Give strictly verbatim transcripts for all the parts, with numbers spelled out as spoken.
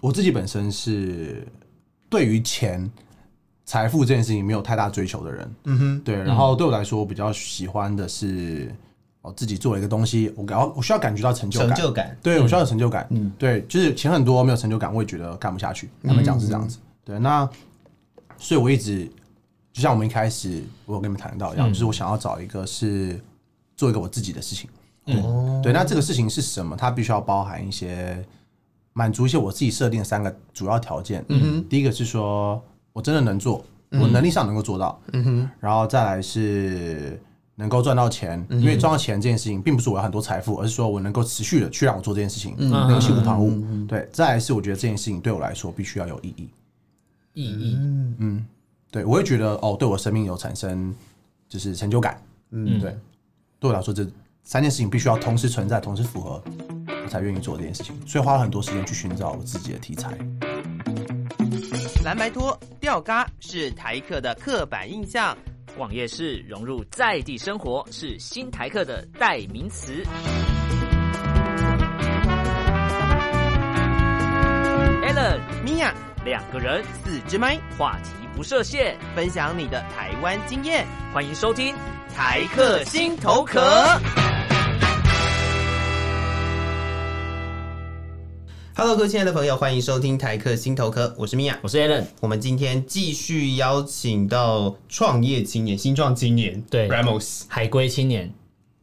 我自己本身是对于钱、财富这件事情没有太大追求的人，嗯哼，对。然后对我来说，我比较喜欢的是，我自己做了一个东西，我要我需要感觉到成就感， 成就感， 对、嗯、我需要有成就感，嗯，对，就是钱很多没有成就感，我也觉得干不下去。他们讲是这样子，嗯、对。那所以我一直就像我们一开始我有跟你们谈到一样，嗯、就是我想要找一个是做一个我自己的事情，嗯，对。那这个事情是什么？它必须要包含一些。满足一些我自己设定的三个主要条件。嗯哼，第一个是说我真的能做，我能力上能够做到。嗯哼，然后再来是能够赚到钱，嗯、因为赚到钱这件事情并不是我要很多财富，而是说我能够持续的去让我做这件事情，嗯、能够心无旁骛。嗯、对，再来是我觉得这件事情对我来说必须要有意义。 意义， 嗯，对，我会觉得哦，对我生命有产生就是成就感。嗯，对，对我来说这三件事情必须要同时存在，同时符合。我才愿意做这件事情，所以花了很多时间去寻找我自己的题材。 蓝白拖、吊嘎是台客的刻板印象， 网页式融入在地生活是新台客的代名词。Alan、 Mia 两个人， 四支麦， 话题不设限， 分享你的台湾经验， 欢迎收听台客心头壳。Hello， 各位亲爱的朋友，欢迎收听台客心头壳，我是米娅， 我是 Alan。 我们今天继续邀请到创业青年、新创青年， 对 ，Ramos 海归青年，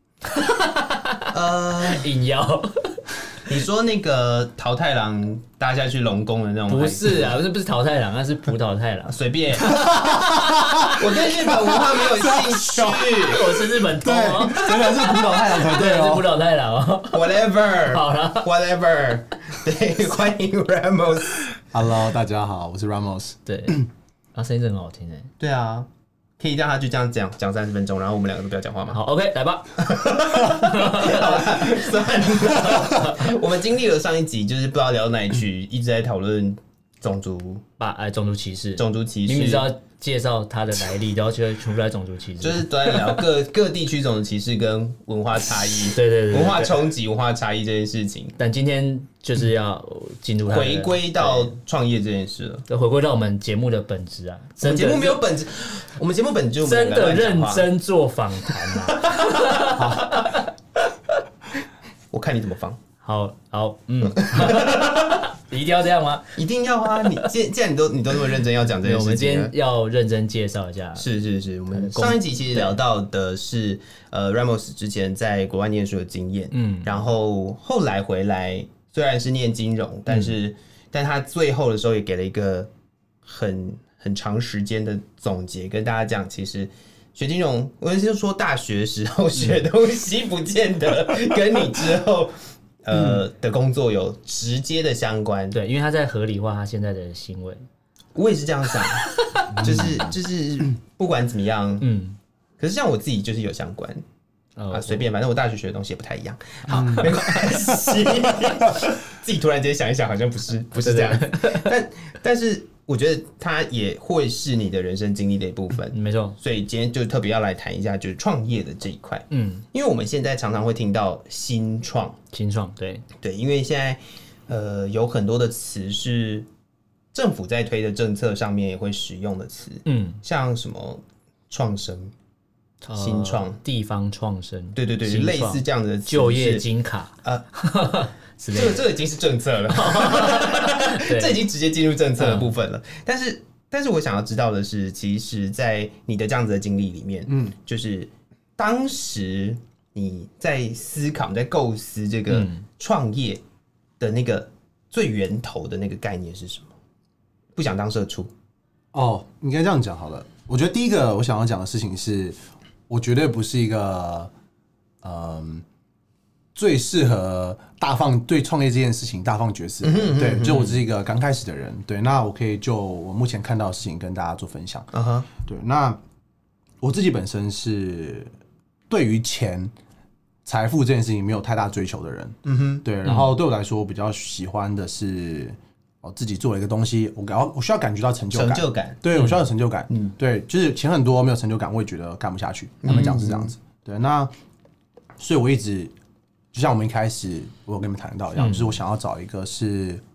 呃， 引邀。 你说那个桃太郎搭下去龙宫的那种？ 不是啊，不是不是桃太郎，那是葡萄太郎。 随便，我对日本文化没有兴趣。 我是日本通哦， 原来是葡萄太郎才对哦， 是葡萄太郎哦。 Whatever， 好了 ，Whatever， 对，欢迎 Ramos。Hello， 大家好，我是 Ramos。 对，他声音真的很好听哎。 对啊。可以让他就这样讲讲三十分钟，然后我们两个都不要讲话吗？ 好 ，OK， 来吧。 好啦，算了。我们经历了上一集，就是不知道聊到哪里去，一直在讨论种族把哎种族歧视， 种族歧视， 明明是要介绍他的来历，然后却全部在种族歧视， 就是都在聊各各地区种族歧视跟文化差异， 对对 对, 对， 文化冲击、文化差异这件事情。 但今天就是要进入回归到创业这件事了， 对，回归到我们节目的本质啊。 我们节目没有本质，我们节目本质真的认真做访谈啊。 我看你怎么放。 好，好，嗯。一定要这样吗？ 一定要啊！你既既然你都你都那么认真要讲这件事情， 我们今天要认真介绍一下。 是是是，我们上一集其实聊到的是呃 Ramos 之前在国外念书的经验，嗯，然后后来回来虽然是念金融，但是、嗯、但他最后的时候也给了一个很很长时间的总结，跟大家讲，其实学金融，我就说大学时候学东西，不见得跟你之后。呃、嗯、的工作有直接的相关， 对，因为他在合理化他现在的行为， 我也是这样想，就是就是不管怎么样，嗯，可是像我自己就是有相关，哦、啊，随便，反正我大学学的东西也不太一样，好，嗯、没关系，自己突然间想一想，好像不是不是这样，但但是我觉得它也会是你的人生经历的一部分， 没错。 所以今天就特别要来谈一下，就是创业的这一块。嗯，因为我们现在常常会听到新创， 新创，对对，因为现在呃有很多的词是政府在推的政策上面也会使用的词，嗯，像什么创生、新创、呃、 地方创生， 对对对，类似这样的词， 就业金卡，呃。 这个这个已经是政策了，这已经直接进入政策的部分了。嗯、但是，但是我想要知道的是，其实，在你的这样子的经历里面，嗯，就是当时你在思考、你在构思这个创业的那个最源头的那个概念是什么？不想当社畜哦，应该这样讲好了。我觉得第一个我想要讲的事情是，我绝对不是一个，嗯。最适合大放对创业这件事情大放厥词的人，对，就我是一个刚开始的人，对，那我可以就我目前看到的事情跟大家做分享。Uh huh. 对，那我自己本身是对于钱、财富这件事情没有太大追求的人，嗯哼，对，然后对我来说，我比较喜欢的是我自己做了一个东西，我要我需要感觉到成就感， 成就感， 对，我需要有成就感，嗯，对，就是钱很多没有成就感，我也觉得干不下去。他们讲是这样子，对，那所以我一直。就像我们一开始我有跟你们谈到一样，嗯、就是我想要找一个是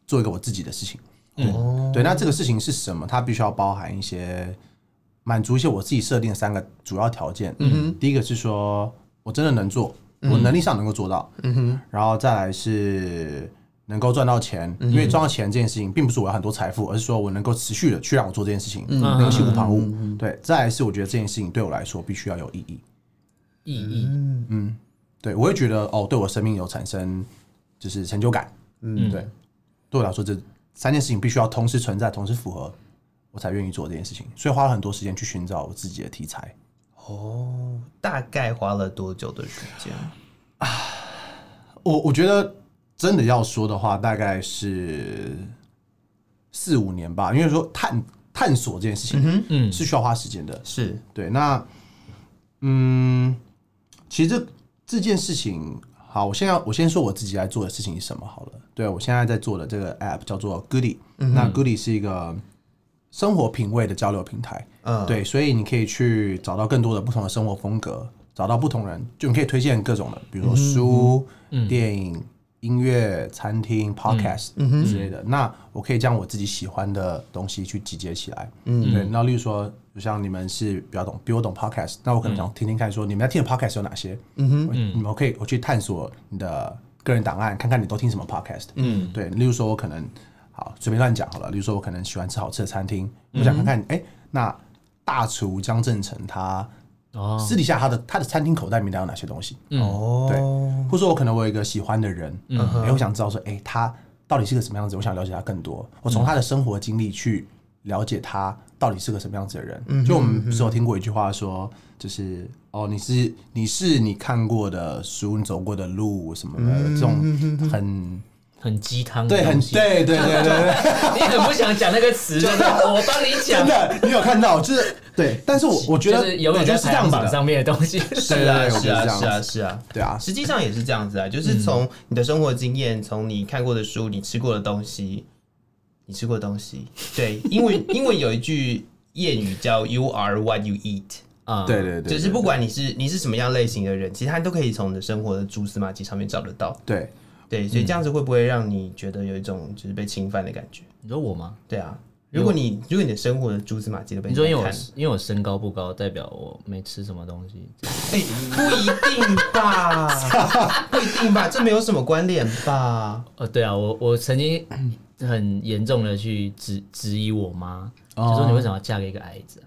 做一个我自己的事情。嗯，对，那这个事情是什么？它必须要包含一些满足一些我自己设定的三个主要条件。嗯哼，第一个是说我真的能做，我能力上能够做到。嗯哼，然后再来是能够赚到钱，因为赚到钱这件事情并不是我要很多财富，而是说我能够持续的去让我做这件事情，能够心无旁骛。对，再来是我觉得这件事情对我来说必须要有意义。 意义， 嗯，对，我会觉得哦，对我生命有产生就是成就感。嗯，对，对我来说这三件事情必须要同时存在，同时符合，我才愿意做这件事情。所以花了很多时间去寻找我自己的题材。 哦，大概花了多久的时间啊？ 我我觉得真的要说的话，大概是四五年吧。因为说探探索这件事情，嗯，是需要花时间的。 是对，那嗯，其实这这件事情。好，我现在我先说我自己在做的事情是什么好了。对，我现在在做的这个 app 叫做 Goodie，、嗯、那 Goodie 是一个生活品味的交流平台。嗯，对，所以你可以去找到更多的不同的生活风格，找到不同人，就你可以推荐各种的，比如说书、嗯、电影、音乐、餐厅、podcast、嗯、之类的。那我可以将我自己喜欢的东西去集结起来。嗯，对。那例如说，就像你们是比较懂，比我懂 podcast， 那我可能想听听看，说你们在听的 podcast 有哪些？嗯哼，你们可以我去探索你的个人档案，看看你都听什么 podcast。嗯，对。例如说，我可能好随便乱讲好了。例如说，我可能喜欢吃好吃的餐厅，我想看看，哎、欸，那大厨江正成他。哦，私底下他的他的餐厅口袋名单有哪些东西？哦、嗯，对，或者说我可能我有一个喜欢的人，嗯，哎、欸，我想知道说，哎、欸，他到底是个什么样子？我想了解他更多。我从他的生活经历去了解他到底是个什么样子的人。嗯，就我们不是有听过一句话说，就是哦，你是你是你看过的书，你走过的路什么的，嗯、这种很。 很鸡汤， 对，很对，对，对，对，对， 你很不想讲那个词，就是我帮你讲。 真的，你有看到，就是对，但是我我觉得， 就是永远在排行榜上面的东西。 是啊，是啊，是啊，是啊， 对啊， 实际上也是这样子啊，就是从你的生活经验，从你看过的书，你吃过的东西，你吃过的东西，对，因为因为有一句谚语叫 "You are what you eat"。 啊、嗯，对对 对， 就是不管你是你是什么样类型的人，其实他都可以从你的生活的蛛丝马迹上面找得到。 对。 对，所以这样子会不会让你觉得有一种就是被侵犯的感觉？ 你说我吗？ 对啊，如果你如果你的生活的蛛丝马迹都被你说，因为我因为我身高不高，代表我没吃什么东西。 哎、欸，不一定吧，不一定吧，这没有什么关联吧？ 哦，对啊，我我曾经很严重的去质质疑我妈，就说你为什么要嫁给一个矮子啊？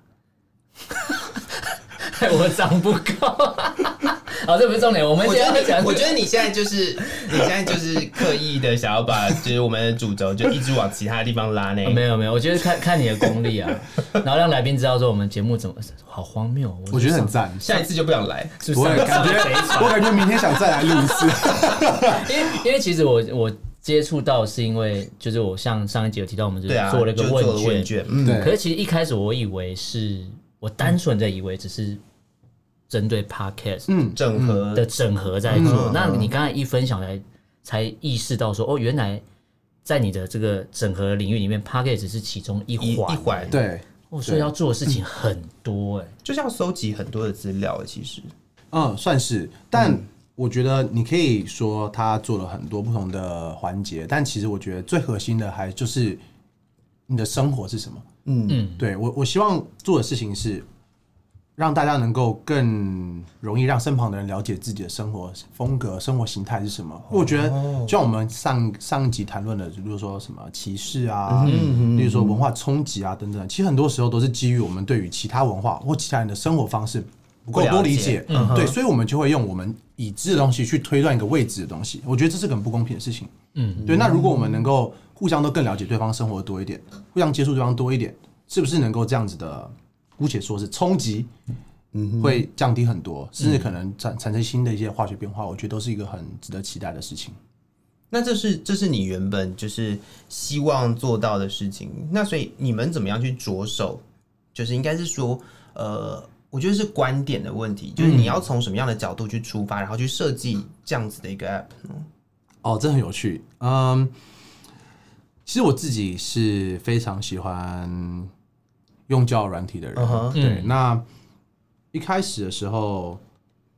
我长不高。好，这不是重点。我们现在讲， 我觉得你现在就是你现在就是刻意的想要把就是我们的主轴就一直往其他的地方拉呢、 啊。没有没有，我觉得看看你的功力啊，然后让来宾知道说我们节目怎么好荒谬。我, 我觉得很赞， 下一次就不想来。 是不是？我感觉我感觉明天想再来录一次。 因为因为其实我我接触到是因为就是我像上一集有提到，我们就是做了一个问卷， 啊、问卷嗯， 可是其实一开始我以为是我单纯的以为只是。针对 podcast 嗯整合的整合在做，嗯、那你刚才一分享来，才意识到说，哦，原来在你的这个整合领域里面 ，podcast 只是其中一环， 一环， 对， 哦，所以要做的事情很多哎、欸， 就像收集很多的资料，其实， 嗯，算是，但我觉得你可以说他做了很多不同的环节，但其实我觉得最核心的还就是你的生活是什么，嗯嗯，对我我希望做的事情是。让大家能够更容易让身旁的人了解自己的生活风格、生活形态是什么。因为我觉得，就像我们上上一集谈论的，比如说什么歧视啊，嗯、例如说文化冲击啊等等，其实很多时候都是基于我们对于其他文化或其他人的生活方式不够多理解，嗯、对，所以我们就会用我们已知的东西去推断一个未知的东西。我觉得这是个很不公平的事情。嗯，对。那如果我们能够互相都更了解对方生活多一点，互相接触对方多一点，是不是能够这样子的？姑且说是冲击，会降低很多，甚至可能产产生新的一些化学变化，我觉得都是一个很值得期待的事情。 那这是这是你原本就是希望做到的事情，那所以你们怎么样去着手？就是应该是说，呃，我觉得是观点的问题，就是你要从什么样的角度去出发，然后去设计这样子的一个 app 呢？ 哦，这很有趣。嗯，其实我自己是非常喜欢。用交友软体的人， uh-huh. 对，嗯、那一开始的时候，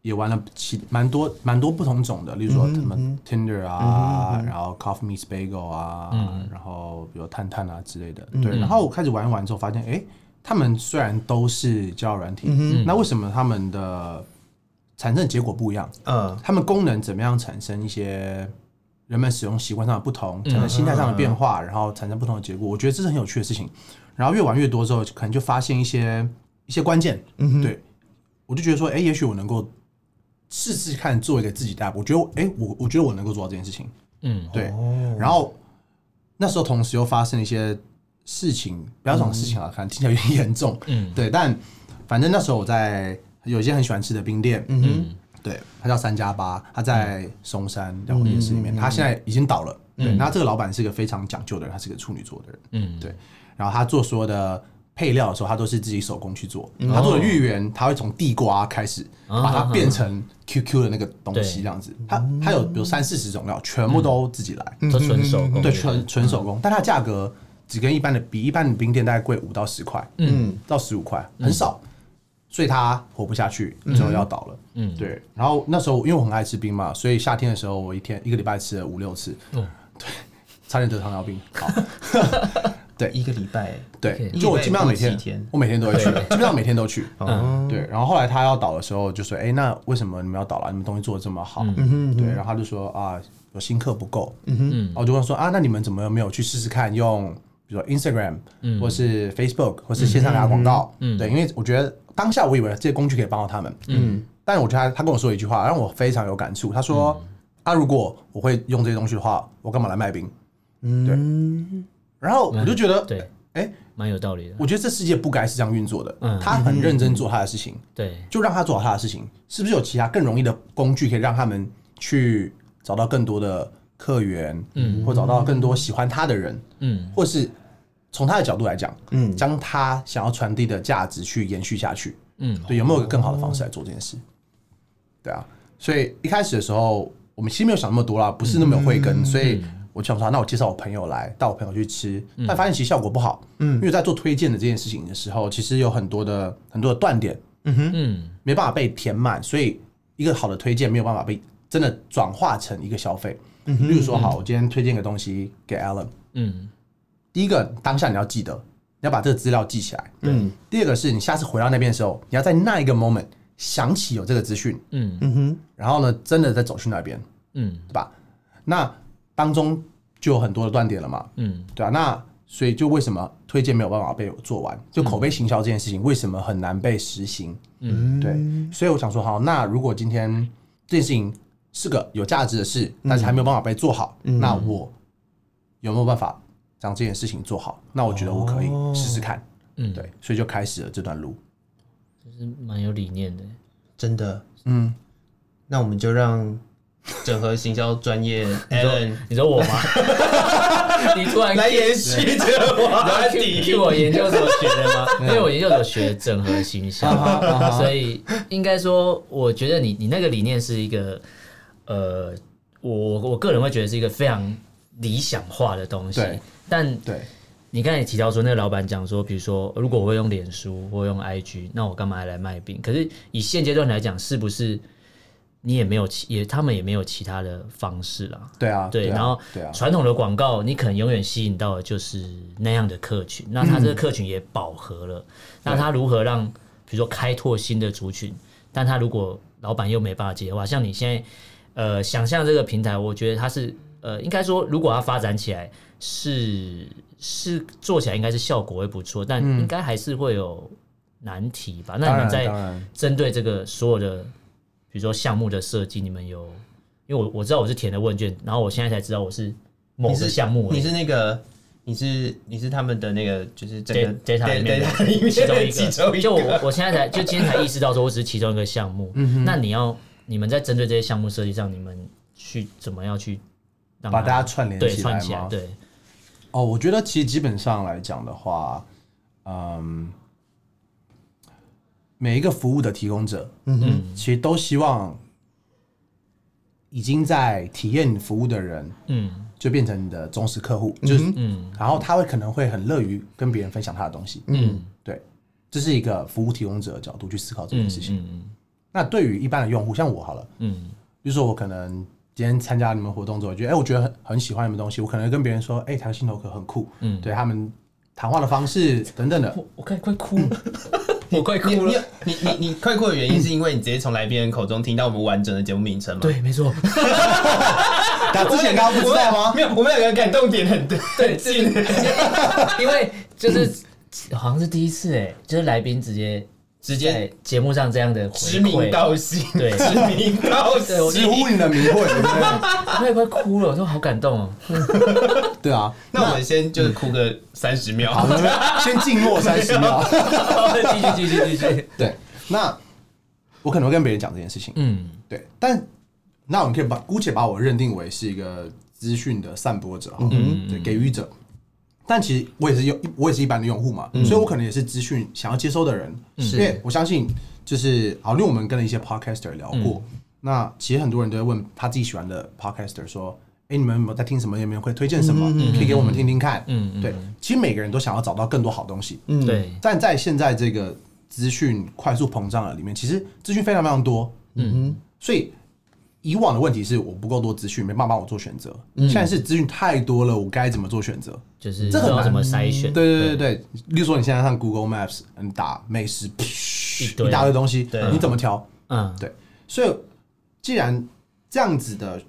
也玩了其蛮多蛮多不同种的，例如说什么 Tinder 啊，嗯、然后 Coffee Meets Bagel 啊，嗯、然后比如探探啊之类的。嗯、对，然后我开始玩一玩之后，发现哎，他们虽然都是交友软体，嗯、那为什么他们的产生的结果不一样？嗯，他们功能怎么样产生一些人们使用习惯上的不同，产生心态上的变化，然后产生不同的结果？我觉得这是很有趣的事情。然后越玩越多之后，可能就发现一些一些关键，嗯、对我就觉得说，哎，也许我能够。试试看做一个自己的 app， 我觉得，哎、欸，我我觉得我能够做到这件事情，嗯，对。哦、然后那时候同时又发生了一些事情，不要讲事情啊，看、嗯、听起来有点严重，嗯，对。但反正那时候我在有一间很喜欢吃的冰店，嗯哼，对，它叫三加八，它在松山辽国夜市里面，它、嗯、现在已经倒了，嗯、对。那这个老板是一个非常讲究的人，他是个处女座的人，嗯，对。然后他做所有的配料的时候，他都是自己手工去做。嗯、他做的芋圆，他会从地瓜开始，把它变成 Q Q 的那个东西，这样子。他他有比如三四十种料，全部都自己来， 都纯手工。 对，纯纯手工，但它价格只跟一般的比一般的冰店大概贵五到十块，嗯，到十五块，很少，所以他活不下去，最后要倒了。嗯，对。然后那时候因为我很爱吃冰嘛，所以夏天的时候我一天一个礼拜吃了五六次，嗯，对，差点得糖尿病。好。对， 一个礼拜， 对，就我基本上每天，我每天都会去，基本上每天都去。嗯，对。然后后来他要倒的时候，就说：“哎、欸，那为什么你们要倒了？你们东西做的这么好。嗯”对。然后他就说：“啊，有新客不够。”嗯哼。然后我就问说：“啊，那你们怎么没有去试试看用，比如說 Instagram，、嗯、或是 Facebook， 或是线上打廣告？嗯，對，因為我覺得當下我以為這些工具可以幫到他們。嗯，但我覺得他他跟我說一句話，讓我非常有感觸。他說：嗯、啊，如果我會用這些東西的話，我幹嘛來賣冰？嗯，對。然後我就覺得， 對， 哎、 欸，蠻有道理的。 我覺得這世界不該是這樣運作的。嗯，他很認真做他的事情， 對， 就讓他做好他的事情。是不是有其他更容易的工具可以讓他們去找到更多的客源，嗯，或找到更多喜歡他的人，嗯，或是從他的角度來講，嗯，將他想要傳遞的價值去延續下去，嗯，對，有沒有一個更好的方式來做這件事？對啊，所以一開始的時候，我們其實沒有想那麼多啦，不是那麼有慧根，所以。我就想說，那我介紹我朋友來，帶我朋友去吃，但發現其實效果不好。嗯，因為在做推薦的這件事情的時候，其實有很多的很多的斷點，嗯哼，嗯，沒辦法被填滿，所以一個好的推薦沒有辦法被真的轉化成一個消費。嗯哼，例如說，好，我今天推薦個東西給 Alan， 嗯，第一個當下你要記得，你要把這個資料記起來。嗯，第二個是你下次回到那邊的時候，你要在那一個 moment 想起有這個資訊，嗯嗯哼，然後呢，真的再走去那邊，嗯，對吧？那當中就有很多的斷點了嘛，嗯，對啊，那所以就為什麼推薦沒有辦法被我做完？就口碑行銷這件事情為什麼很難被實行？嗯，對，所以我想說，好，那如果今天這件事情是個有價值的事，但是還沒有辦法被做好，嗯、那我有沒有辦法將這件事情做好？那我覺得我可以試試看，嗯，對，所以就開始了這段路， 就是蠻有理念的， 真的，嗯，那我們就讓。整合行銷專業 Alan， 你說我嗎？你突然來延續這個話題， 去我研究所學的嗎？因為我研究所學整合行銷，所以應該說，我覺得你你那個理念是一個，呃，我我個人會覺得是一個非常理想化的東西。但對你剛才提到說，那個老闆講說，比如說，如果我會用臉書或用 I G， 那我幹嘛還來賣餅？可是以現階段來講，是不是？你也沒有其也，他們也沒有其他的方式啦。 對啊， 對， 對啊， 然後傳統的廣告，你可能永遠吸引到的就是那樣的客群。那他這個客群也飽和了，嗯、那他如何讓，比如說開拓新的族群？但他如果老闆又沒辦法接的話，像你現在，呃，想象這個平台，我覺得它是，呃，應該說，如果它發展起來是是做起來應該是效果會不錯，但應該還是會有難題吧？嗯、那你們在針對這個所有的。比如說項目的設計，你們有？因為我我知道我是填的問卷，然後我現在才知道我是某個項目。 你是那個，你是你是他們的那個，就是整個 data 裡面的其中一個。就我我現在才就今天才意識到說，我只是其中一個項目。嗯、那你要你們在針對這些項目設計上，你們去怎麼樣去讓把大家串聯起來嗎？ 對，串起來。對。 哦，我覺得其實基本上來講的話，嗯。每一個服務的提供者，嗯哼，其實都希望已經在體驗服務的人，嗯，就變成你的忠實客戶，嗯、就是，嗯，然後他會可能會很樂於跟別人分享他的東西，嗯，對，這是一個服務提供者的角度去思考這件事情，嗯， 那对于一般的用户，像我好了，嗯，比如说我可能今天参加你们活动之后，觉得哎、欸，我觉得很很喜欢你们东西，我可能跟别人说，哎、欸，台湾心头壳很酷，嗯，对他们谈话的方式等等的， 我我快快哭了。我快哭了！ 你你你你快哭的原因是因为你直接从来宾人口中听到我们完整的节目名称吗？ 对，没错。 但之前刚刚不知道吗？ 没有，我们两个感动点很对近，因为就是好像是第一次哎，就是来宾直接直接在节目上这样的指名道姓， 对， 指名道姓， 直呼你的名讳，对不对？ 我也快哭了，我说好感动哦。 对啊， 那我们先就是哭个三十秒， 好，先静默三十秒， 继续继续继续。 对，那我可能会跟别人讲这件事情，嗯，对，但那我们可以把姑且把我认定为是一个资讯的散播者，嗯，对，给予者。但其实我也是用，我也是一般的用户嘛，嗯、所以我可能也是资讯想要接收的人，因为我相信就是好，因为我们跟了一些 podcaster 聊过，嗯、那其实很多人都会问他自己喜欢的 podcaster 说，哎、欸，你们有没有在听什么？有没有会推荐什么？嗯、可以给我们听听看。嗯，对，其实每个人都想要找到更多好东西。 嗯，对。 但在现在这个资讯快速膨胀的里面，其实资讯非常非常多。嗯哼，所以。以往的问题是我不够多资讯，没办法帮我做选择。嗯、现在是资讯太多了，我该怎么做选择？ 就是这很难怎么筛选？ 对对对对，例如说你现在上 Google Maps， 你打美食，一, 一大堆东西，你怎么挑？嗯，对。所以既然这样子的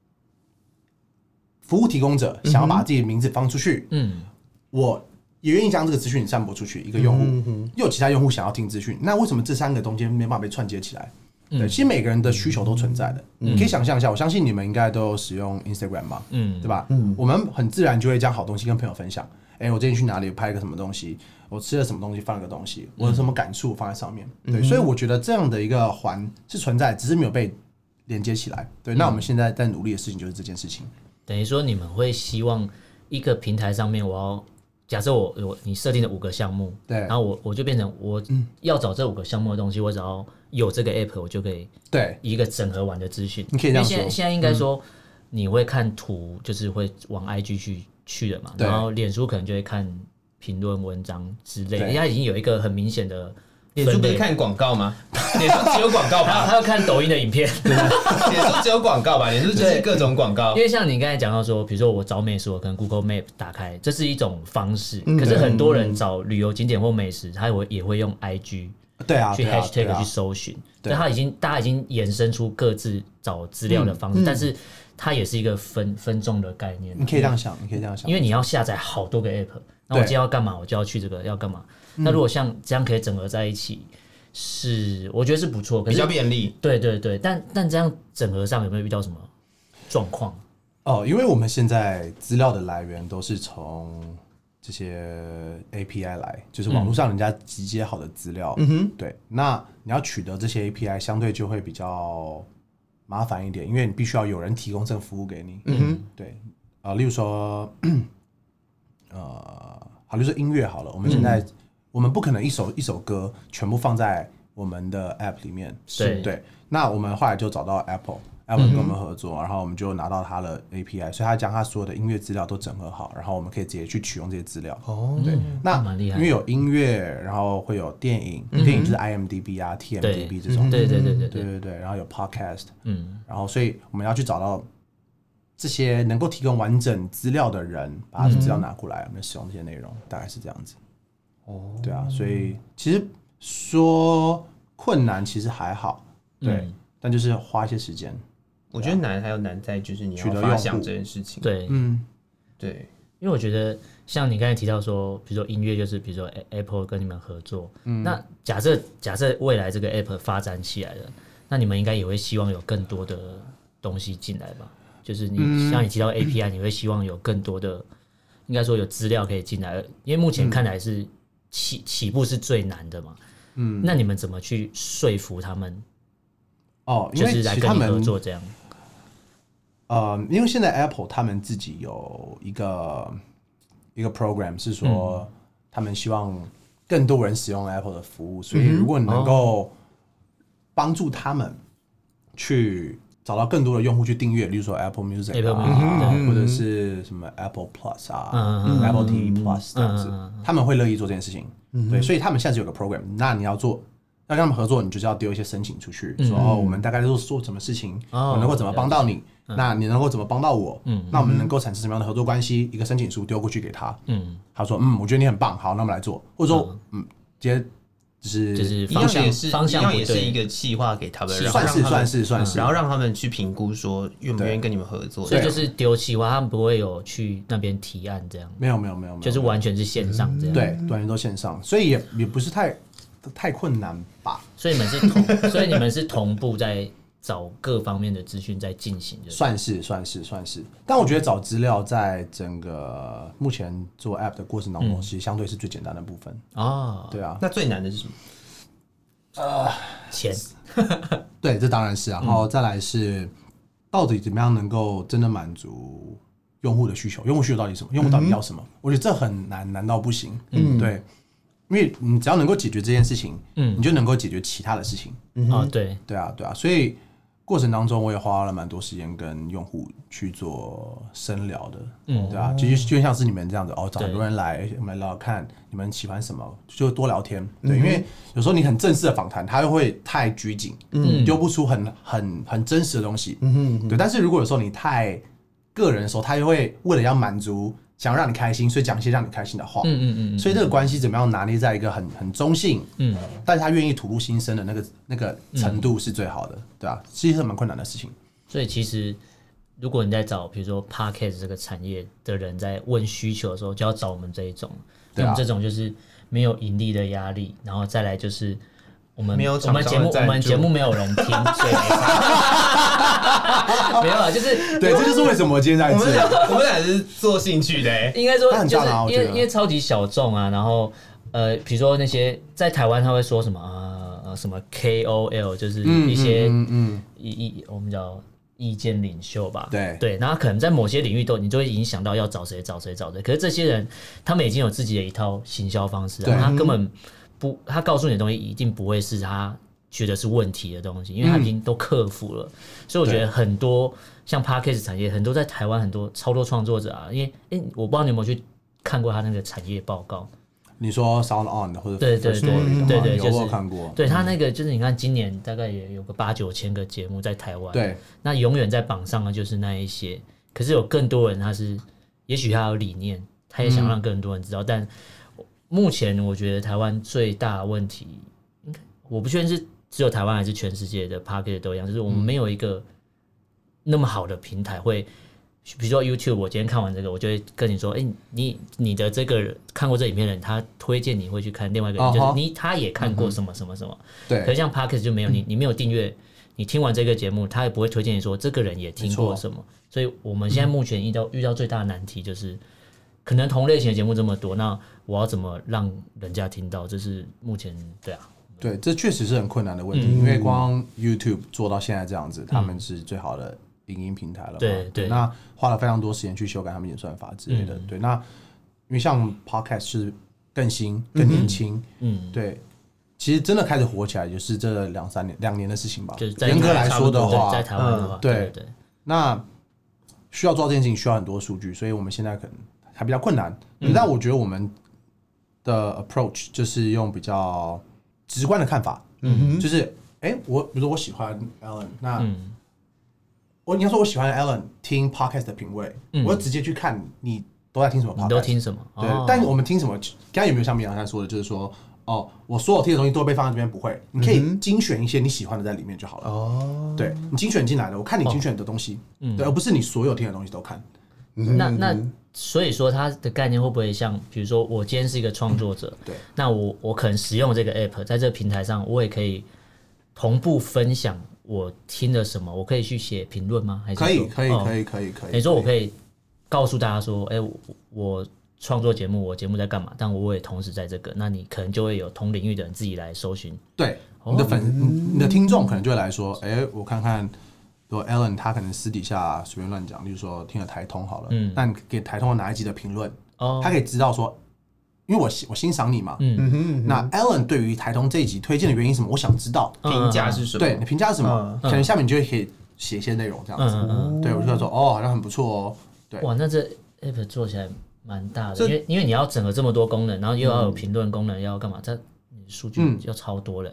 服务提供者想要把自己的名字放出去，嗯，我也愿意将这个资讯散播出去。一个用户，嗯、又有其他用户想要听资讯，那为什么这三个东西没办法被串接起来？对，其实每个人的需求都存在的，嗯、你可以想象一下，我相信你们应该都有使用 Instagram 嘛，嗯，对吧？嗯，我们很自然就会将好东西跟朋友分享。哎、欸，我最近去哪里拍个什么东西，我吃了什么东西，放了个东西，我有什么感触放在上面。嗯、对，所以我觉得这样的一个环是存在，只是没有被连接起来。对，那我们现在在努力的事情就是这件事情。 等于说，你们会希望一个平台上面，我要假设我我你设定了五个项目， 对， 然后我我就变成我要找这五个项目的东西，我只要有这个 app， 我就可以对一个整合完的资讯。 你可以这样说。 因为现在现在应该说，你会看图，就是会往 I G 去去的嘛，然后脸书可能就会看评论文章之类的，人家已经有一个很明显的。 脸书不是看广告吗？脸书只有广告吧？ 他要看抖音的影片。 脸书只有广告吧？脸书就是各种广告。 因为像你刚才讲到说，比如说我找美食，我可能 Google Map 打开，这是一种方式。嗯、可是很多人找旅游景点或美食，他也会也会用 I G。 对啊， 去 hashtag、啊啊、去搜寻，对，他已经大家已经衍生出各自找资料的方式，嗯嗯、但是它也是一个分分众的概念。 你可以这样想，你可以这样想， 因为你要下载好多个 app， 那我今天要干嘛，我就要去这个要干嘛。那如果像这样可以整合在一起，是我觉得是不错，可是比较便利。 对对对，但但这样整合上有没有遇到什么状况？ 哦，因为我们现在资料的来源都是从这些 A P I 来，就是网络上人家集结好的资料。嗯哼，对。那你要取得这些 A P I， 相对就会比较麻烦一点，因为你必须要有人提供这个服务给你。嗯哼，对。啊、呃，例如说，呃，好，例如说音乐好了，我们现在、嗯、我们不可能一首一首歌全部放在我们的 App 里面。 对对。那我们后来就找到 Apple。Apple 跟我们合作，然后我们就拿到它的 A P I， 所以他将他所有的音乐资料都整合好，然后我们可以直接去取用这些资料。哦，对，那蛮厉害， 因为有音乐，然后会有电影，嗯、电影就是 I M D B 啊、T M D B 这种， 对对对对对对对，然后有 Podcast， 嗯，然后所以我们要去找到这些能够提供完整资料的人，把他的资料拿过来，我们使用这些内容，大概是这样子。哦，对啊，所以其实说困难其实还好，对，嗯、但就是花一些时间。 我觉得难还有难在就是你要发想这件事情。 对， 嗯， 对， 因为我觉得像你刚才提到说，比如说音乐就是比如说 Apple 跟你们合作，嗯，那假设假设未来这个 App 发展起来了，那你们应该也会希望有更多的东西进来吧？就是你、嗯、像你提到 A P I， 你会希望有更多的，应该说有资料可以进来，因为目前看来是起起步是最难的嘛。嗯，那你们怎么去说服他们？ 哦，因为就是来跟你合作这样。 呃，因为现在 Apple 他们自己有一个一个 program 是说，他们希望更多人使用 Apple 的服务，所以如果你能够帮助他们去找到更多的用户去订阅，例如说 Apple Music 啊， Apple Music 或者是什么 Apple Plus 啊、嗯、Apple T V Plus 这样子，嗯、他们会乐意做这件事情。嗯、对，所以他们现在有个 program， 那你要做。 要跟他们合作，你就是要丢一些申请出去，说哦，我们大概都做什么事情， 哦我能够怎么帮到你，那你能够怎么帮到我？那我们能够产生什么样的合作关系？一个申请书丢过去给他，他说嗯，我觉得你很棒，好，那我们来做，或者说嗯，直接就是就是一样方向也是方向不一样也是对一个企划给他们，然后算是让他们算是算是然后让他们去评估说愿不愿意跟你们合作， 所以就是丢企划，他们不会有去那边提案这样， 没有没有没有，没有就是完全是线上这样。 对，完全都线上，所以也也不是太太困难吧。 所以你们是同，所以你们是同步在找各方面的资讯在进行的， 算是算是算是。但我觉得找资料在整个目前做 App 的过程当中，其实相对是最简单的部分。 哦， 对啊， 那最难的是什么？ 钱， 对，这当然是啊。然后再来是，到底怎么样能够真的满足用户的需求？用户需求到底是什么？用户到底要什么？我觉得这很难，难到不行。嗯，对，因为你只要能够解决这件事情，嗯，你就能够解决其他的事情。 哦，对， 对啊，对啊，所以过程当中我也花了蛮多时间跟用户去做深聊的，嗯，对啊，就就像是你们这样子哦，找很多人来，我们来聊聊看你们喜欢什么，就多聊天，对，因为有时候你很正式的访谈，它又会太拘谨，嗯，丢不出很很很真实的东西，嗯对，但是如果有时候你太个人的时候，他又会为了要满足。想要让你开心，所以讲一些让你开心的话。嗯嗯嗯。所以这个关系怎么样拿捏在一个很很中性，嗯，但是他愿意吐露心声的那个那个程度是最好的，对啊，其实是蛮困难的事情。 所以其实如果你在找比如说 Podcast 这个产业的人在问需求的时候，就要找我们这一种， 对啊， 我们这种就是没有盈利的压力，然后再来就是我们没有我们节目我们节目没有人听，所以没差。没有啊，就是对，这就是为什么我今天在这。 我们俩我们俩是做兴趣的、欸， 应该说就是啊、 因为因为超级小众啊，然后呃，比如说那些在台湾他会说什么呃什么 K O L， 就是一些嗯嗯意意我们叫意见领袖吧， 对对，然后可能在某些领域都你就会影响到要找谁找谁找谁，可是这些人他们已经有自己的一套行销方式了，他根本不他告诉你的东西一定不会是他觉得是问题的东西，因为他已经都克服了，嗯、所以我觉得很多像 Podcast 产业，很多在台湾很多超多创作者啊，因为哎、欸，我不知道你有没有去看过他那个产业报告。 你说 Sound On 的或者对对对对对， 有我看过。 对他那个就是你看，今年大概也有个八九千个节目在台湾， 对， 那永远在榜上的就是那一些。可是有更多人，他是也许他有理念，他也想让更多人知道，嗯、但目前我觉得台湾最大的问题，应该我不确定是只有台湾还是全世界的 Podcast 都一样，就是我们没有一个那么好的平台会。比如说 YouTube， 我今天看完这个，我就会跟你说，哎、欸，你你的这个看过这影片的人，他推荐你会去看另外一个人， uh-huh. 就是你他也看过什么什么什么。对。可是像 Podcast 就没有，你你没有订阅，你听完这个节目，他也不会推荐你说这个人也听过什么。所以我们现在目前遇到遇到最大的难题就是，可能同类型的节目这么多，那我要怎么让人家听到？这是目前对啊。 对，这确实是很困难的问题，嗯、因为光 YouTube 做到现在这样子，他们是最好的。影音平台了嘛， 对 对, 对， 那花了非常多时间去修改他们演算法之类的，嗯、对。那因为像 Podcast 是更新、更年轻，嗯，对，其实真的开始火起来就是这两三年、两年的事情吧。严格来说的话， 在台湾的话， 嗯、对, 对, 对。那需要做这件事情需要很多数据，所以我们现在可能还比较困难。嗯、但我觉得我们的 approach 就是用比较直观的看法，嗯，就是哎、欸，我比如说我喜欢 Alan， 那。嗯我你要说我喜欢 Alan 听 podcast 的品味，嗯、我就直接去看你都在听什么 podcast， 你都听什么？ 对，哦、但我们听什么，刚才有没有像米阳刚才说的，就是说，哦，我所有听的东西都被放在这边，不会，你可以精选一些你喜欢的在里面就好了。哦，对，你精选进来的，我看你精选的东西，哦、对，而不是你所有听的东西都看。 嗯、那那所以说，它的概念会不会像，比如说我今天是一个创作者，嗯、 对， 那我我可能使用这个 app， 在这个平台上，我也可以同步分享。我听了什么？我可以去写评论吗？还是可以，可以，可以，可以，可以。 你说我可以告诉大家说，哎、欸，我我创作节目，我节目在干嘛？但我也同时在这个，那你可能就会有同领域的人自己来搜寻。 对，你的粉，哦、你的听众可能就会来说，哎、欸，我看看，如果 Alan 他可能私底下随便乱讲，例如说听了台通好了，嗯，但给台通的哪一集的评论，哦，他可以知道说。因为我我欣赏你嘛，嗯，那 Alan 对于台通这一集推荐的原因是什么？我想知道评价是什么？ 对，你评价是什么？可能下面你就会可以写一些内容这样子。对，我就说哦，好像很不错哦。对， 哇，那这 app 做起来蛮大的，因为因为你要整合这么多功能，然后又要有评论功能，要干嘛？这数据要超多嘞。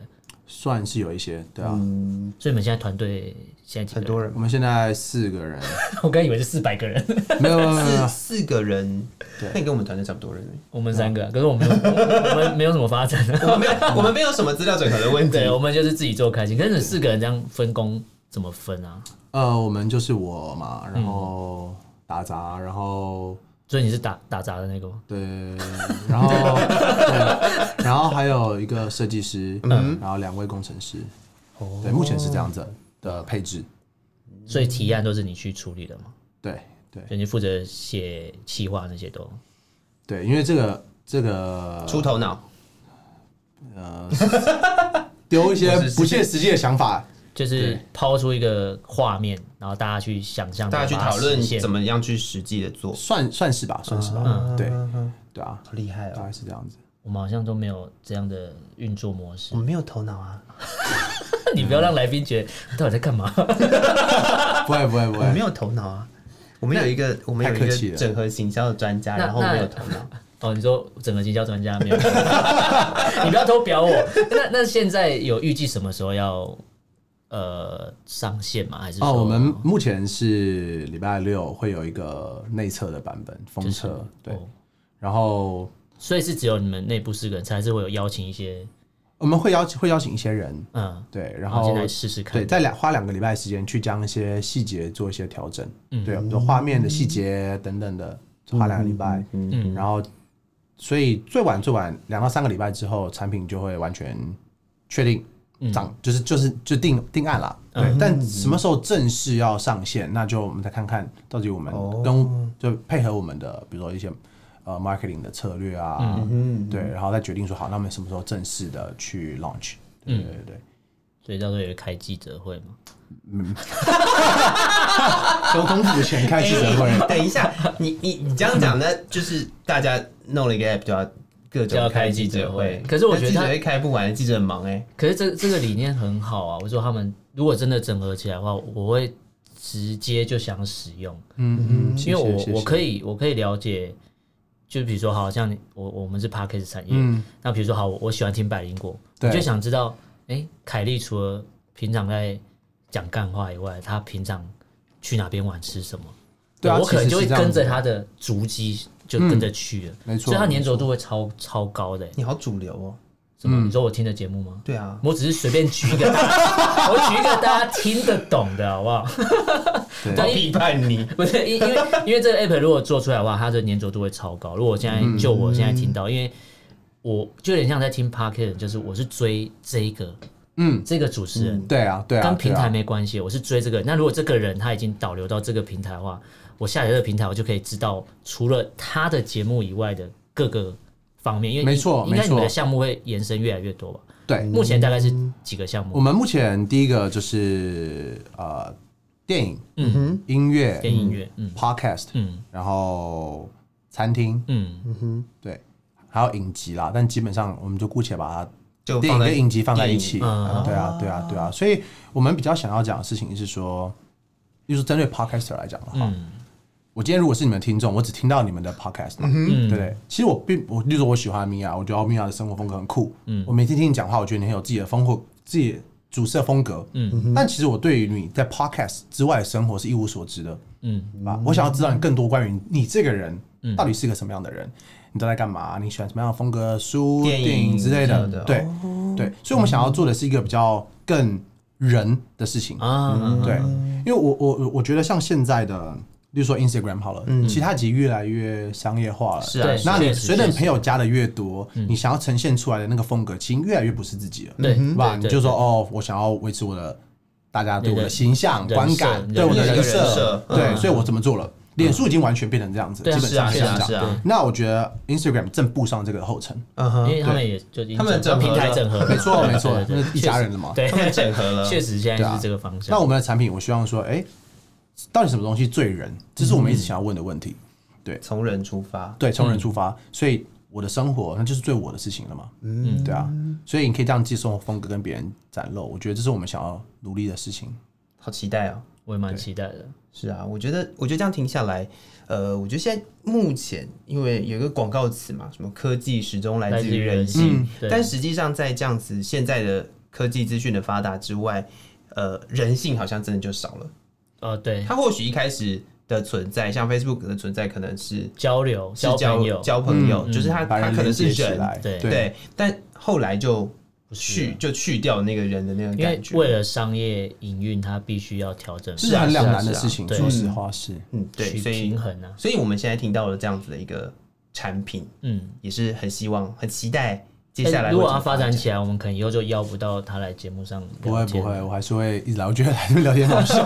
算是有一些，对啊。 嗯， 所以你们现在团队现在几个人？ 很多人我们现在四个人， 我刚以为是四百个人， 没有没有没有没有四四个人， 对那你跟我们团队差不多人。 我们三个，可是我们我们没有什么发展的， 我们没有，我们没有什么资料整合的问题。 对，我们就是自己做开心。可是你四个人这样分工怎么分啊？ 呃，我们就是我嘛，然后打杂，然后所以你是打打杂的那个吗？ 对，然后对，然后还有一个设计师，嗯，然后两位工程师，对，目前是这样子的配置。 所以提案都是你去处理的吗？ 对对所以你负责写企划那些都。 对，因为这个这个出头脑， 呃丢一些不切实际的想法， 就是抛出一个画面，然后大家去想象， 大家去讨论怎么。 么样去实际的做， 算算是吧，算是吧，对对啊， 好厉害哦！ 大概是这样子。 我们好像都没有这样的运作模式我。们没有头脑啊， 你不要让来宾觉得他到底在干嘛。 不会不会不会我们没，有头脑啊。我们有一个，我们有一太客气了个整合行销的专家， 那然后没有头脑。 哦，你说整个经销专家没有？你不要偷表我。那那现在有预计什么时候要呃上线吗？还是说哦，我们目前是礼拜六会有一个内测的版本封测， 就是对， 哦然后所以是只有你们内部四个人才，还是会有邀请一些我们会邀会邀请一些人， 嗯， 对，然然后现在试试看。 对，再两花两个礼拜时间去将一些细节做一些调整，对，比如说画面的细节等等的，花两个礼拜， 嗯然后所以最晚最晚两到三个礼拜之后，产品就会完全确定长，就是就是就定定案了，对，但什么时候正式要上线，那就我们再看看到底我们跟就配合我们的，比如说一些呃 marketing 的策略啊，对，然后再决定说好，那我们什么时候正式的去 launch，对对对对。 所以到时候也会开记者会嘛？ 总统府前开记者会， 欸等一下，你你你这样讲，那就是大家弄了一个 app 就要各就要种开记开记者会者会。 可是我觉得他那记者会开不完，记者很忙哎。 可是这这个理念很好啊！我说他们如果真的整合起来的话，我会直接就想使用， 嗯嗯， 因为我谢谢我可以我可以了解，就比如说好像我我们是 Podcast 产业， 嗯那比如说好，我我喜欢听百灵果， 对我就想知道，哎，凯莉除了平常在讲干话以外，她平常去哪边玩吃什么？ 对啊我可能就会其实是这样跟着子她的足迹就跟着去了， 没错所以它粘着度会超超高的。 你好主流哦。 什么？你说我听的节目吗？ 对啊， 我只是随便举一个大家，我举一个大家听得懂的好不好？ 我批判你。 不是因因为因为这个 app 如果做出来的话，它的粘着度会超高。如果我现在就我现在听到，因为我就有点像在听 podcast，就是我是追这一个嗯， 这个主持人， 对啊对啊， 跟平台对啊没关系，我是追这个人。那如果这个人他已经导流到这个平台的话，我下载这个平台，我就可以知道除了他的节目以外的各个方面，因为没错应该你们没错的项目会延伸越来越多吧？ 对。 目前大概是几个项目？ 我们目前第一个就是呃电影、 嗯哼， 音乐、 电音乐，嗯 podcast， 嗯然后餐厅， 嗯， 对，还有影集啦。但基本上我们就姑且把它就放在电影跟影集放在一起。 电影嗯对啊对啊对啊，所以我们比较想要讲的事情是说，就是针对 podcaster 来讲的话。 嗯我今天如果是你们的听众，我只听到你们的 podcast 嘛，对不对？其实我并我，例如说我喜欢米娅，我觉得米娅的生活风格很酷，我每天听你讲话，我觉得你很有自己的风格，自己主持的风格，嗯。但其实我对于你在 podcast 之外的生活是一无所知的， 嗯， 吧？我想要知道你更多关于你这个人到底是个什么样的人，你都在干嘛？你喜欢什么样的风格的书、 电影电影之类的之类的？ 对对，所以我们想要做的是一个比较更人的事情， 啊， 对，因为我我我觉得像现在的。例如说 Instagram 好了，其实它已经越来越商业化了。 是啊对， 那你确实随着你确实朋友加的越多，你想要呈现出来的那个风格，其实越来越不是自己了， 对对吧？ 对你就说对哦，我想要维持我的大家对我的对形象、 人观感， 设对我的人人设人设设， 对， 嗯所以我怎么做了？脸书已经完全变成这样子， 对啊基本上是啊这样是啊是啊那我觉得 Instagram 正步上这个后尘， 嗯哼， 因为他们也就已经他们整合平台了整合了， 没错对没错对对那是一家人的嘛对， 他们整合了确实现在是这个方向。 那我们的产品，我希望说，哎，到底什么东西最人？这是我们一直想要问的问题。 从人出发， 对，从人出发，所以我的生活那就是最我的事情了嘛。嗯，对啊，所以你可以这样自己生活风格跟别人展露，我觉得这是我们想要努力的事情。 好期待哦。 我也蛮期待的。 是啊，我觉得，我觉得这样听下来，呃，我觉得现在目前因为有一个广告词嘛，什么科技始终来自于人性， 嗯对但实际上在这样子现在的科技资讯的发达之外，呃，人性好像真的就少了。 哦，对， 它或许一开始的存在，像 Facebook 的存在，可能是交流、 是交朋友、 交朋友， 嗯、 就是它它可能是人， 对对，但后来就去就去掉那个人的那种感觉， 因为为了商业营运，它必须要调整， 是很两难的事情。说实话是， 嗯，对，所以平衡啊。 所以我们现在听到了这样子的一个产品，嗯，也是很希望、很期待。接下来如果要发展起来，我们可能以后就邀不到他来节目上。 不会不会，我还是会一直来。我觉得来这边聊天好笑，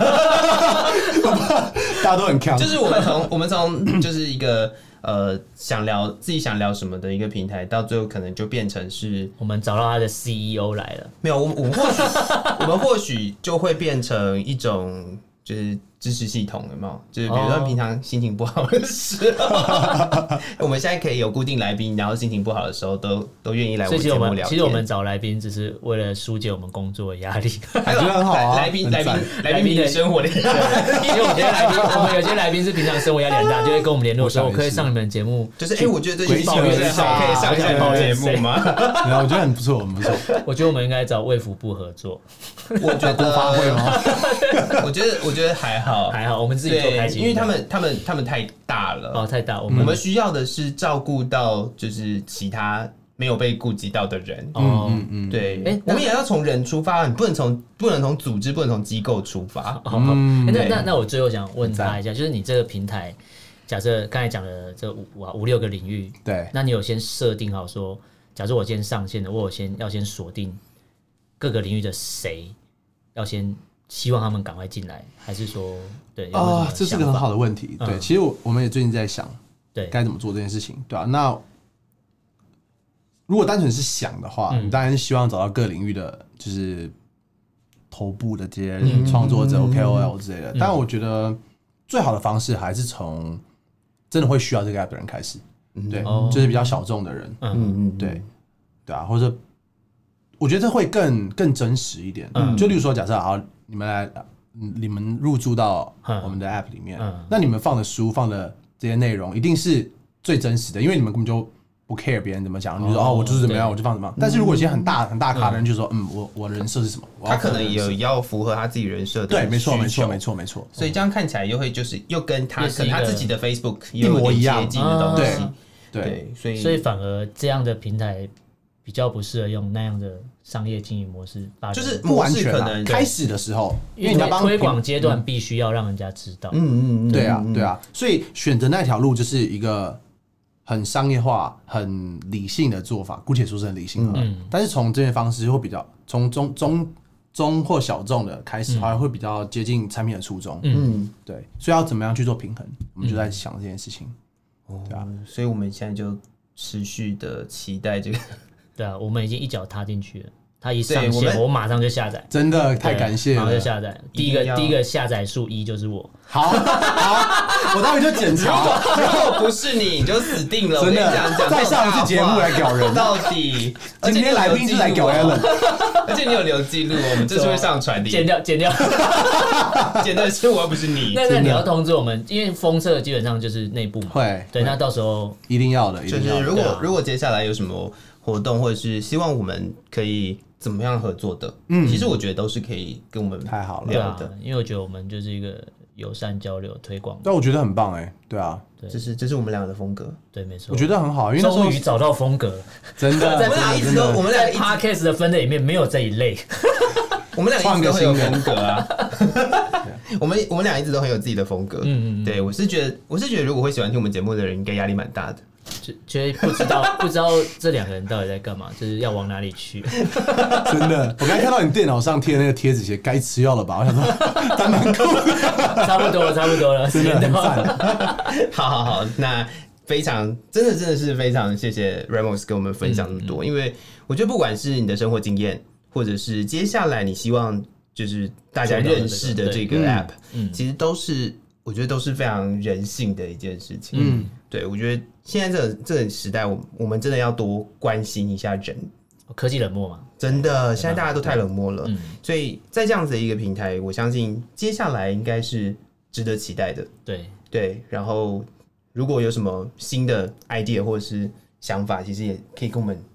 大家都很强。 就是我们从我们从就是一个呃想聊自己想聊什么的一个平台，到最后可能就变成是我们找到他的 C E O 来了。 没有，我们我们或许我们或许就会变成一种就是支持系统，有没有？就是比如说平常心情不好的时候，哦、我们现在可以有固定来宾，然后心情不好的时候都都愿意来我们节目聊天。 其实我们找来宾只是为了疏解我们工作的压力， 还觉得很好啊。 来宾来宾来宾的生活的压力， 因为我觉得来宾，我们有些来宾是平常生活压力很大，就会跟我们联络说，我可以上你们节目， 就是哎、欸，我觉得最近抱怨一下，可以上一下报节目吗？ 没有，我觉得很不错，很不错。 我觉得我们应该找卫福部合作。 我觉得多发挥吗？ 我觉得我觉得还好， 还好，我们自己做开心， 因为他们他们他们太大了哦，太大。我们我们需要的是照顾到就是其他没有被顾及到的人。 哦， 嗯嗯， 对，欸、我们也要从人出发，你不能从不能从组织，不能从机构出发。 嗯，欸、那那那我最后想问他一下，就是你这个平台，假设刚才讲的这五五六个领域， 对， 那你有先设定好说，假设我今天上线了，我有先要先锁定各个领域的谁要先。希望他们赶快进来，还是说对啊、哦？ 这是个很好的问题。对，嗯、其实我我们也最近在想， 对， 该怎么做这件事情，对啊。那如果单纯是想的话，嗯、你当然是希望找到各领域的，就是头部的这些创作者、嗯、K O L 之类的。嗯、但我觉得最好的方式还是从真的会需要这个 app 的人开始，嗯、对，哦、就是比较小众的人，嗯嗯，对，对啊，或者我觉得会更更真实一点。嗯，就例如说，假设好。你们来，你们入驻到我们的 app 里面，嗯、那你们放的书、放的这些内容，一定是最真实的，因为你们根本就不 care 别人怎么讲，你就说哦，我就是怎么样，我就放什么。但是如果一些很大很大咖的人就说，嗯，我我的人设是什么？ 他可能也要符合他自己人设的， 对，没错，没错，没错，没错。 所以这样看起来又会就是又跟他跟他自己的 Facebook 一模一样接近的东西，对，所以所以反而这样的平台比较不适合用那样的商业经营模式， 就是模式可能开始的时候， 因为你要推广阶段必须要让人家知道， 嗯嗯嗯， 对啊对啊，所以选择那条路就是一个很商业化、很理性的做法，姑且说是很理性的，嗯，但是从这些方式会比较从中中中或小众的开始的话，会比较接近产品的初衷，嗯，对，所以要怎么样去做平衡，我们就在想这件事情，对啊， 所以我们现在就持续的期待这个。 对啊，我们已经一脚踏进去了。他一上线，我, 我马上就下载， 真的太感谢了， 马上就下载。第一个第一个下载数一就是我。 好，好，我待会就检查。 如果不是你，你就死定了。 真的，再上一次节目来搞人， 到底今天来宾是来搞 Alan， 而且你有留记录，我们这是会上传的。 剪掉，剪掉， 剪的是我，又不是你。 那那你要通知我们，因为封测基本上就是内部嘛。 会， 对，那到时候一定要的， 就是如果如果接下来有什么活动，或者是希望我们可以怎么样合作的，嗯，其实我觉得都是可以跟我们太好了聊的，因为我觉得我们就是一个友善交流推广， 但我觉得很棒哎，对啊， 这是这是我们两个的风格， 对，没错， 我觉得很好，因为终于找到风格， 真的， 我们俩一直都，我们俩 podcast 的分类里面没有这一类， 我们俩一直都很有风格啊，我们我们俩一直都很有自己的风格，嗯嗯，对我是觉得我是觉得如果会喜欢听我们节目的人，应该压力蛮大的。 就觉得不知道不知道这两个人到底在干嘛，就是要往哪里去。 真的，我刚才看到你电脑上贴那个贴纸，写该吃药了吧？我想说，还蛮酷的， 差不多了，差不多了， 真的很赞。 好好好，那非常真的真的是非常谢谢 Ramos 跟我们分享那么多，嗯嗯，因为我觉得不管是你的生活经验，或者是接下来你希望就是大家认识的这个 App，嗯嗯，其实都是我觉得都是非常人性的一件事情。嗯，对，我觉得。现在这个这个时代，我我们真的要多关心一下人。 科技冷漠嘛， 真的，现在大家都太冷漠了。嗯，所以在这样子的一个平台，我相信接下来应该是值得期待的。 对对，然后如果有什么新的 idea 或者是想法，其实也可以跟我们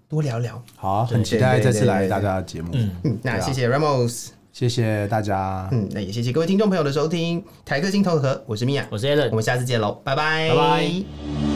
多聊聊。 好，很期待这次来大家的节目。 嗯嗯，那谢谢 Ramos， 谢谢大家。 嗯，那也谢谢各位听众朋友的收听，台客心头壳，我是米娅， 我是 Alan， 我们下次见喽，拜拜， 拜拜。